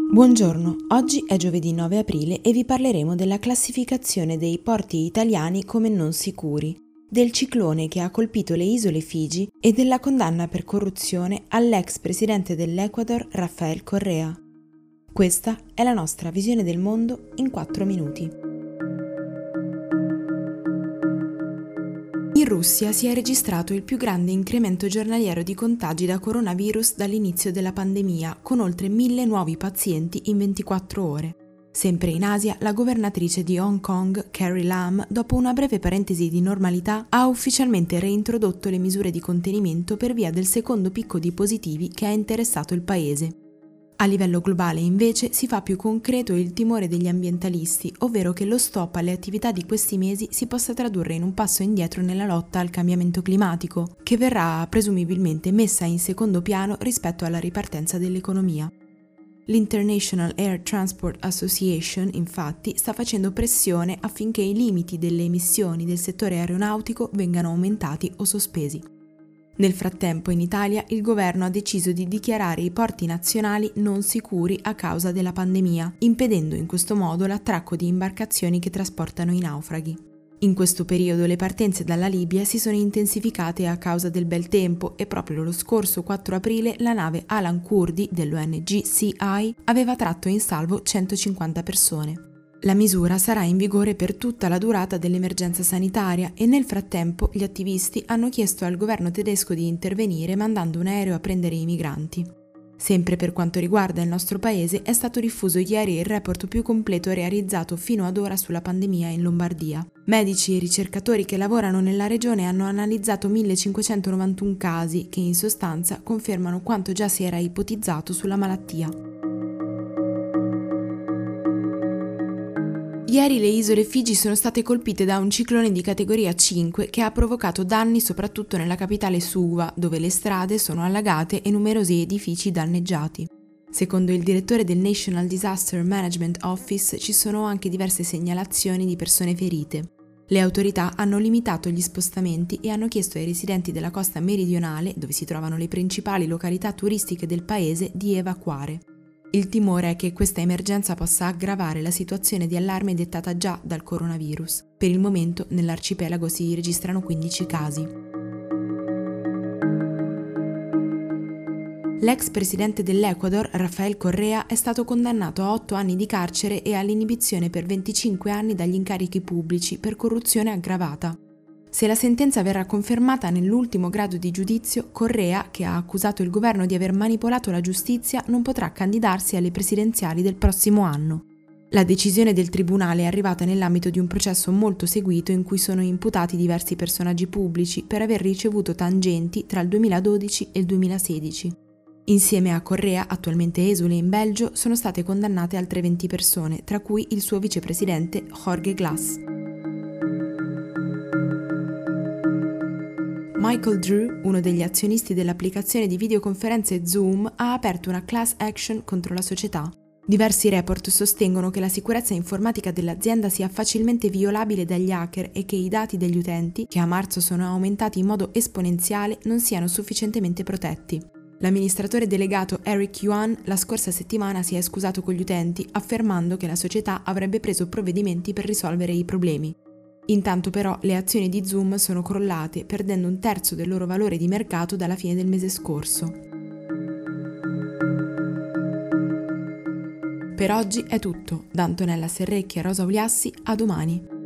Buongiorno, oggi è giovedì 9 aprile e vi parleremo della classificazione dei porti italiani come non sicuri, del ciclone che ha colpito le isole Figi e della condanna per corruzione all'ex presidente dell'Ecuador Rafael Correa. Questa è la nostra visione del mondo in 4 minuti. In Russia si è registrato il più grande incremento giornaliero di contagi da coronavirus dall'inizio della pandemia, con oltre 1.000 nuovi pazienti in 24 ore. Sempre in Asia, la governatrice di Hong Kong, Carrie Lam, dopo una breve parentesi di normalità, ha ufficialmente reintrodotto le misure di contenimento per via del secondo picco di positivi che ha interessato il paese. A livello globale, invece, si fa più concreto il timore degli ambientalisti, ovvero che lo stop alle attività di questi mesi si possa tradurre in un passo indietro nella lotta al cambiamento climatico, che verrà presumibilmente messa in secondo piano rispetto alla ripartenza dell'economia. L'International Air Transport Association, infatti, sta facendo pressione affinché i limiti delle emissioni del settore aeronautico vengano aumentati o sospesi. Nel frattempo, in Italia, il governo ha deciso di dichiarare i porti nazionali non sicuri a causa della pandemia, impedendo in questo modo l'attracco di imbarcazioni che trasportano i naufraghi. In questo periodo le partenze dalla Libia si sono intensificate a causa del bel tempo e proprio lo scorso 4 aprile la nave Alan Kurdi dell'ONG CI aveva tratto in salvo 150 persone. La misura sarà in vigore per tutta la durata dell'emergenza sanitaria e nel frattempo gli attivisti hanno chiesto al governo tedesco di intervenire mandando un aereo a prendere i migranti. Sempre per quanto riguarda il nostro paese, è stato diffuso ieri il report più completo realizzato fino ad ora sulla pandemia in Lombardia. Medici e ricercatori che lavorano nella regione hanno analizzato 1591 casi che in sostanza confermano quanto già si era ipotizzato sulla malattia. Ieri le isole Figi sono state colpite da un ciclone di categoria 5 che ha provocato danni soprattutto nella capitale Suva, dove le strade sono allagate e numerosi edifici danneggiati. Secondo il direttore del National Disaster Management Office ci sono anche diverse segnalazioni di persone ferite. Le autorità hanno limitato gli spostamenti e hanno chiesto ai residenti della costa meridionale, dove si trovano le principali località turistiche del paese, di evacuare. Il timore è che questa emergenza possa aggravare la situazione di allarme dettata già dal coronavirus. Per il momento nell'arcipelago si registrano 15 casi. L'ex presidente dell'Ecuador, Rafael Correa, è stato condannato a 8 anni di carcere e all'inibizione per 25 anni dagli incarichi pubblici per corruzione aggravata. Se la sentenza verrà confermata nell'ultimo grado di giudizio, Correa, che ha accusato il governo di aver manipolato la giustizia, non potrà candidarsi alle presidenziali del prossimo anno. La decisione del tribunale è arrivata nell'ambito di un processo molto seguito in cui sono imputati diversi personaggi pubblici per aver ricevuto tangenti tra il 2012 e il 2016. Insieme a Correa, attualmente esule in Belgio, sono state condannate altre 20 persone, tra cui il suo vicepresidente Jorge Glass. Michael Drew, uno degli azionisti dell'applicazione di videoconferenze Zoom, ha aperto una class action contro la società. Diversi report sostengono che la sicurezza informatica dell'azienda sia facilmente violabile dagli hacker e che i dati degli utenti, che a marzo sono aumentati in modo esponenziale, non siano sufficientemente protetti. L'amministratore delegato Eric Yuan la scorsa settimana si è scusato con gli utenti, affermando che la società avrebbe preso provvedimenti per risolvere i problemi. Intanto però le azioni di Zoom sono crollate, perdendo un terzo del loro valore di mercato dalla fine del mese scorso. Per oggi è tutto. Da Antonella Serrecchia e Rosa Uliassi, a domani.